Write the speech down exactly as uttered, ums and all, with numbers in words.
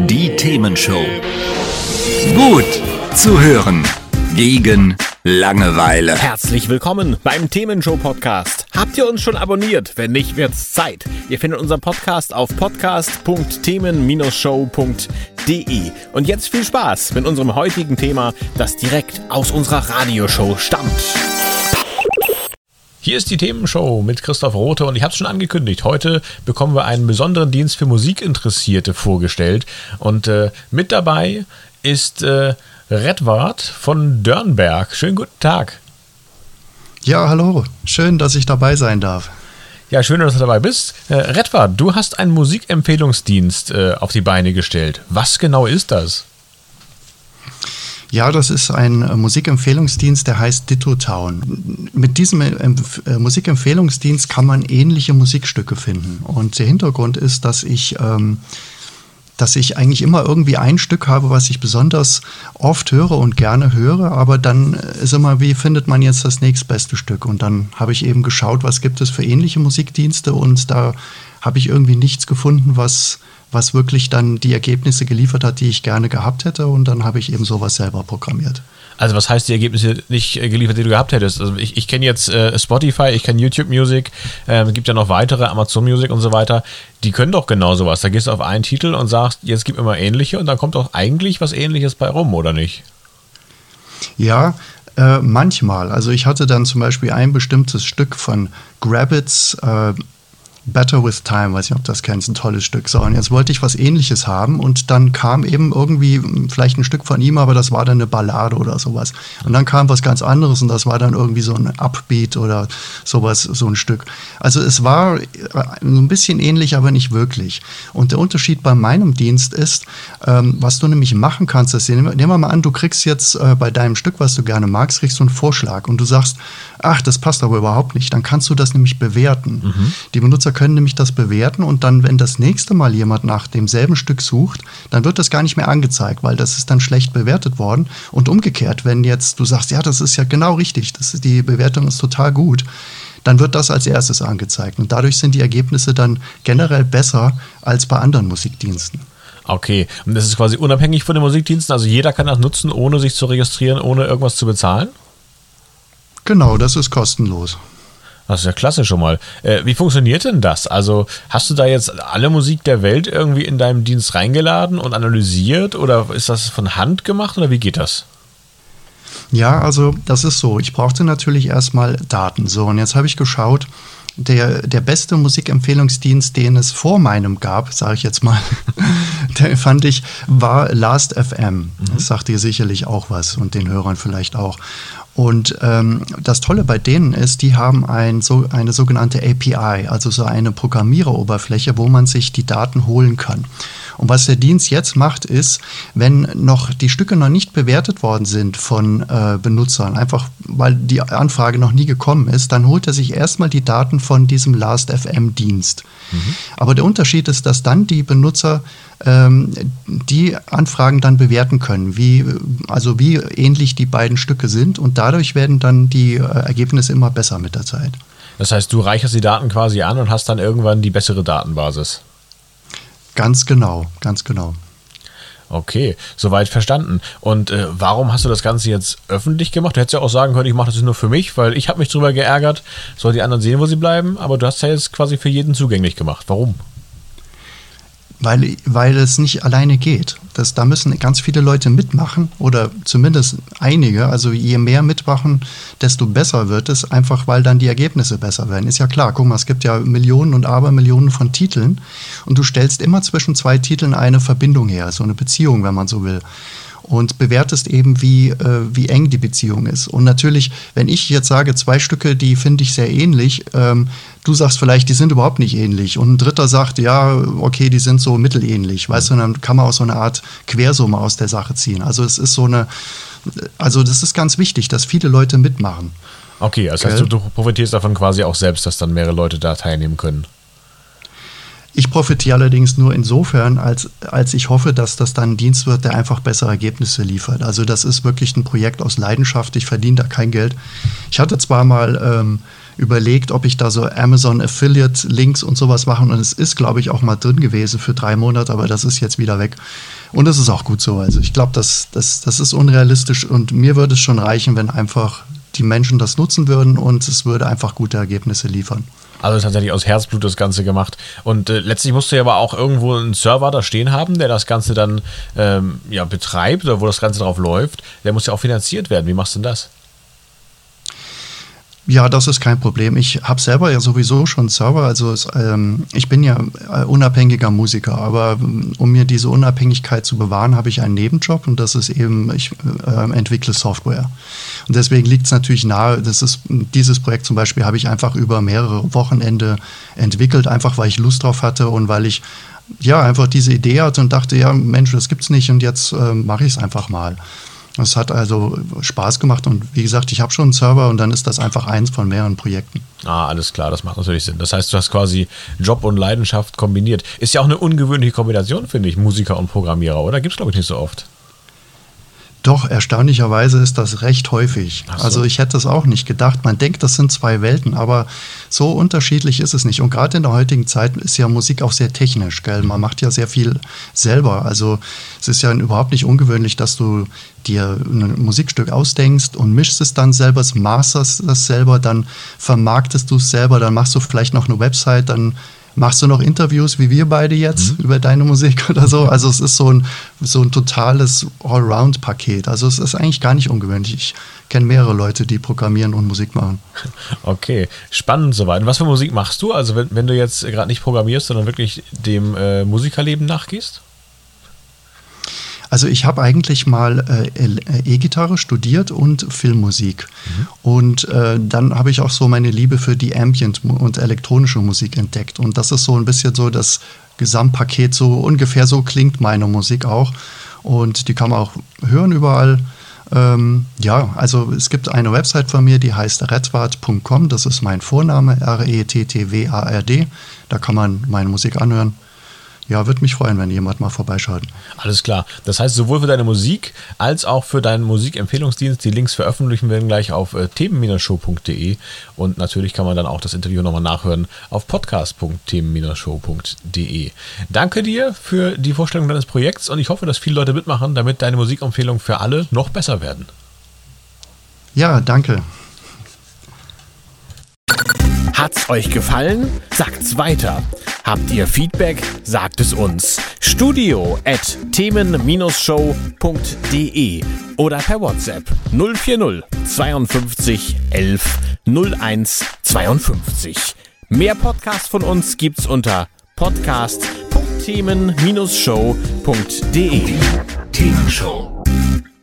Die Themenshow. Gut zu hören. Gegen Langeweile. Herzlich willkommen beim Themenshow-Podcast. Habt ihr uns schon abonniert? Wenn nicht, wird's Zeit. Ihr findet unseren Podcast auf podcast punkt themen show punkt de. Und jetzt viel Spaß mit unserem heutigen Thema, das direkt aus unserer Radioshow stammt. Hier ist die Themenshow mit Christoph Rothe und ich habe es schon angekündigt. Heute bekommen wir einen besonderen Dienst für Musikinteressierte vorgestellt. Und äh, mit dabei ist äh, Redwart von Dörnberg. Schönen guten Tag. Ja, hallo. Schön, dass ich dabei sein darf. Ja, schön, dass du dabei bist. Äh, Redwart, du hast einen Musikempfehlungsdienst äh, auf die Beine gestellt. Was genau ist das? Ja, das ist ein äh, Musikempfehlungsdienst, der heißt Ditto Town. Mit diesem äh, äh, Musikempfehlungsdienst kann man ähnliche Musikstücke finden. Und der Hintergrund ist, dass ich, ähm, dass ich eigentlich immer irgendwie ein Stück habe, was ich besonders oft höre und gerne höre. Aber dann ist immer, wie findet man jetzt das nächstbeste Stück? Und dann habe ich eben geschaut, was gibt es für ähnliche Musikdienste. Und da habe ich irgendwie nichts gefunden, was... was wirklich dann die Ergebnisse geliefert hat, die ich gerne gehabt hätte. Und dann habe ich eben sowas selber programmiert. Also was heißt die Ergebnisse nicht geliefert, die du gehabt hättest? Also ich, ich kenne jetzt äh, Spotify, ich kenne YouTube Music, äh, es gibt ja noch weitere, Amazon Music und so weiter. Die können doch genau sowas. Da gehst du auf einen Titel und sagst, jetzt gib mir mal ähnliche und dann kommt doch eigentlich was Ähnliches bei rum, oder nicht? Ja, äh, manchmal. Also ich hatte dann zum Beispiel ein bestimmtes Stück von Grabbits, äh, Better with Time, weiß nicht, ob du das kennst, ein tolles Stück. So, und jetzt wollte ich was Ähnliches haben und dann kam eben irgendwie vielleicht ein Stück von ihm, aber das war dann eine Ballade oder sowas. Und dann kam was ganz anderes und das war dann irgendwie so ein Upbeat oder sowas, so ein Stück. Also es war so ein bisschen ähnlich, aber nicht wirklich. Und der Unterschied bei meinem Dienst ist, ähm, was du nämlich machen kannst, ist, nehmen wir mal an, du kriegst jetzt äh, bei deinem Stück, was du gerne magst, kriegst du einen Vorschlag und du sagst, ach, das passt aber überhaupt nicht. Dann kannst du das nämlich bewerten. Mhm. Die Benutzer können nämlich das bewerten und dann, wenn das nächste Mal jemand nach demselben Stück sucht, dann wird das gar nicht mehr angezeigt, weil das ist dann schlecht bewertet worden. Und umgekehrt, wenn jetzt du sagst, ja, das ist ja genau richtig, das ist, die Bewertung ist total gut, dann wird das als erstes angezeigt. Und dadurch sind die Ergebnisse dann generell besser als bei anderen Musikdiensten. Okay, und das ist quasi unabhängig von den Musikdiensten, also jeder kann das nutzen, ohne sich zu registrieren, ohne irgendwas zu bezahlen? Genau, das ist kostenlos. Das ist ja klasse schon mal. Äh, wie funktioniert denn das? Also hast du da jetzt alle Musik der Welt irgendwie in deinem Dienst reingeladen und analysiert oder ist das von Hand gemacht oder wie geht das? Ja, also das ist so. Ich brauchte natürlich erstmal Daten. So, und jetzt habe ich geschaut, der, der beste Musikempfehlungsdienst, den es vor meinem gab, sage ich jetzt mal, der fand ich, war Last F M. Das sagt dir sicherlich auch was und den Hörern vielleicht auch. Und ähm, das Tolle bei denen ist, die haben ein, so, eine sogenannte A P I, also so eine Programmiereroberfläche, wo man sich die Daten holen kann. Und was der Dienst jetzt macht, ist, wenn noch die Stücke noch nicht bewertet worden sind von äh, Benutzern, einfach weil die Anfrage noch nie gekommen ist, dann holt er sich erstmal die Daten von diesem Last F M-Dienst. Mhm. Aber der Unterschied ist, dass dann die Benutzer ähm, die Anfragen dann bewerten können, wie, also wie ähnlich die beiden Stücke sind und dadurch werden dann die äh, Ergebnisse immer besser mit der Zeit. Das heißt, du reicherst die Daten quasi an und hast dann irgendwann die bessere Datenbasis. Ganz genau, ganz genau. Okay, soweit verstanden. Und äh, warum hast du das Ganze jetzt öffentlich gemacht? Du hättest ja auch sagen können, ich mache das nur für mich, weil ich habe mich drüber geärgert, soll die anderen sehen, wo sie bleiben, aber du hast ja jetzt quasi für jeden zugänglich gemacht. Warum? Weil, weil es nicht alleine geht. Das, da müssen ganz viele Leute mitmachen oder zumindest einige. Also je mehr mitmachen, desto besser wird es, einfach weil dann die Ergebnisse besser werden. Ist ja klar, guck mal, es gibt ja Millionen und Abermillionen von Titeln und du stellst immer zwischen zwei Titeln eine Verbindung her, so eine Beziehung, wenn man so will. Und bewertest eben, wie, äh, wie eng die Beziehung ist. Und natürlich, wenn ich jetzt sage, zwei Stücke, die finde ich sehr ähnlich, ähm, du sagst vielleicht, die sind überhaupt nicht ähnlich. Und ein Dritter sagt, ja, okay, die sind so mittelähnlich. Weißt du, und dann kann man auch so eine Art Quersumme aus der Sache ziehen. Also es ist so eine, also das ist ganz wichtig, dass viele Leute mitmachen. Okay, das heißt, du, du profitierst davon quasi auch selbst, dass dann mehrere Leute da teilnehmen können. Ich profitiere allerdings nur insofern, als, als ich hoffe, dass das dann ein Dienst wird, der einfach bessere Ergebnisse liefert. Also das ist wirklich ein Projekt aus Leidenschaft, ich verdiene da kein Geld. Ich hatte zwar mal ähm, überlegt, ob ich da so Amazon Affiliate Links und sowas mache. Und es ist, glaube ich, auch mal drin gewesen für drei Monate, aber das ist jetzt wieder weg. Und das ist auch gut so. Also ich glaube, das, das, das ist unrealistisch und mir würde es schon reichen, wenn einfach die Menschen das nutzen würden und es würde einfach gute Ergebnisse liefern. Also tatsächlich aus Herzblut das Ganze gemacht. Und äh, letztlich musst du ja aber auch irgendwo einen Server da stehen haben, der das Ganze dann ähm, ja, betreibt oder wo das Ganze drauf läuft. Der muss ja auch finanziert werden. Wie machst du denn das? Ja, das ist kein Problem. Ich habe selber ja sowieso schon einen Server. Also es, ähm, ich bin ja äh, unabhängiger Musiker, aber ähm, um mir diese Unabhängigkeit zu bewahren, habe ich einen Nebenjob und das ist eben, ich äh, entwickle Software. Und deswegen liegt es natürlich nahe, das ist, dieses Projekt zum Beispiel habe ich einfach über mehrere Wochenende entwickelt, einfach weil ich Lust drauf hatte und weil ich ja einfach diese Idee hatte und dachte, ja Mensch, das gibt's nicht und jetzt äh, mache ich es einfach mal. Es hat also Spaß gemacht und wie gesagt, ich habe schon einen Server und dann ist das einfach eins von mehreren Projekten. Ah, alles klar, das macht natürlich Sinn. Das heißt, du hast quasi Job und Leidenschaft kombiniert. Ist ja auch eine ungewöhnliche Kombination, finde ich, Musiker und Programmierer, oder? Gibt es, glaube ich, nicht so oft. Doch, erstaunlicherweise ist das recht häufig. Ach so. Also ich hätte es auch nicht gedacht. Man denkt, das sind zwei Welten, aber so unterschiedlich ist es nicht. Und gerade in der heutigen Zeit ist ja Musik auch sehr technisch, gell? Man macht ja sehr viel selber. Also es ist ja überhaupt nicht ungewöhnlich, dass du dir ein Musikstück ausdenkst und mischst es dann selber, masterst das selber, dann vermarktest du es selber, dann machst du vielleicht noch eine Website, dann machst du noch Interviews, wie wir beide jetzt, mhm. über deine Musik oder so? Also es ist so ein, so ein totales Allround-Paket. Also es ist eigentlich gar nicht ungewöhnlich. Ich kenne mehrere Leute, die programmieren und Musik machen. Okay, spannend soweit. Und was für Musik machst du? Also wenn, wenn du jetzt gerade nicht programmierst, sondern wirklich dem äh, Musikerleben nachgehst? Also ich habe eigentlich mal äh, E-Gitarre studiert und Filmmusik. Mhm. Und äh, dann habe ich auch so meine Liebe für die Ambient- und elektronische Musik entdeckt. Und das ist so ein bisschen so das Gesamtpaket, so ungefähr so klingt meine Musik auch. Und die kann man auch hören überall. Ähm, ja, also es gibt eine Website von mir, die heißt redward punkt com. Das ist mein Vorname, R E T T W A R D. Da kann man meine Musik anhören. Ja, würde mich freuen, wenn jemand mal vorbeischaut. Alles klar. Das heißt, sowohl für deine Musik als auch für deinen Musikempfehlungsdienst. Die Links veröffentlichen wir gleich auf äh, themen Bindestrich show punkt de und natürlich kann man dann auch das Interview nochmal nachhören auf podcast punkt themen Bindestrich show punkt de. Danke dir für die Vorstellung deines Projekts und ich hoffe, dass viele Leute mitmachen, damit deine Musikempfehlungen für alle noch besser werden. Ja, danke. Hat's euch gefallen? Sagt's weiter. Habt ihr Feedback? Sagt es uns. Studio at themen Bindestrich show punkt de oder per WhatsApp null vier null zweiundfünfzig elf null eins zweiundfünfzig. Mehr Podcasts von uns gibt's unter podcast punkt themen Bindestrich show punkt de. Themenshow.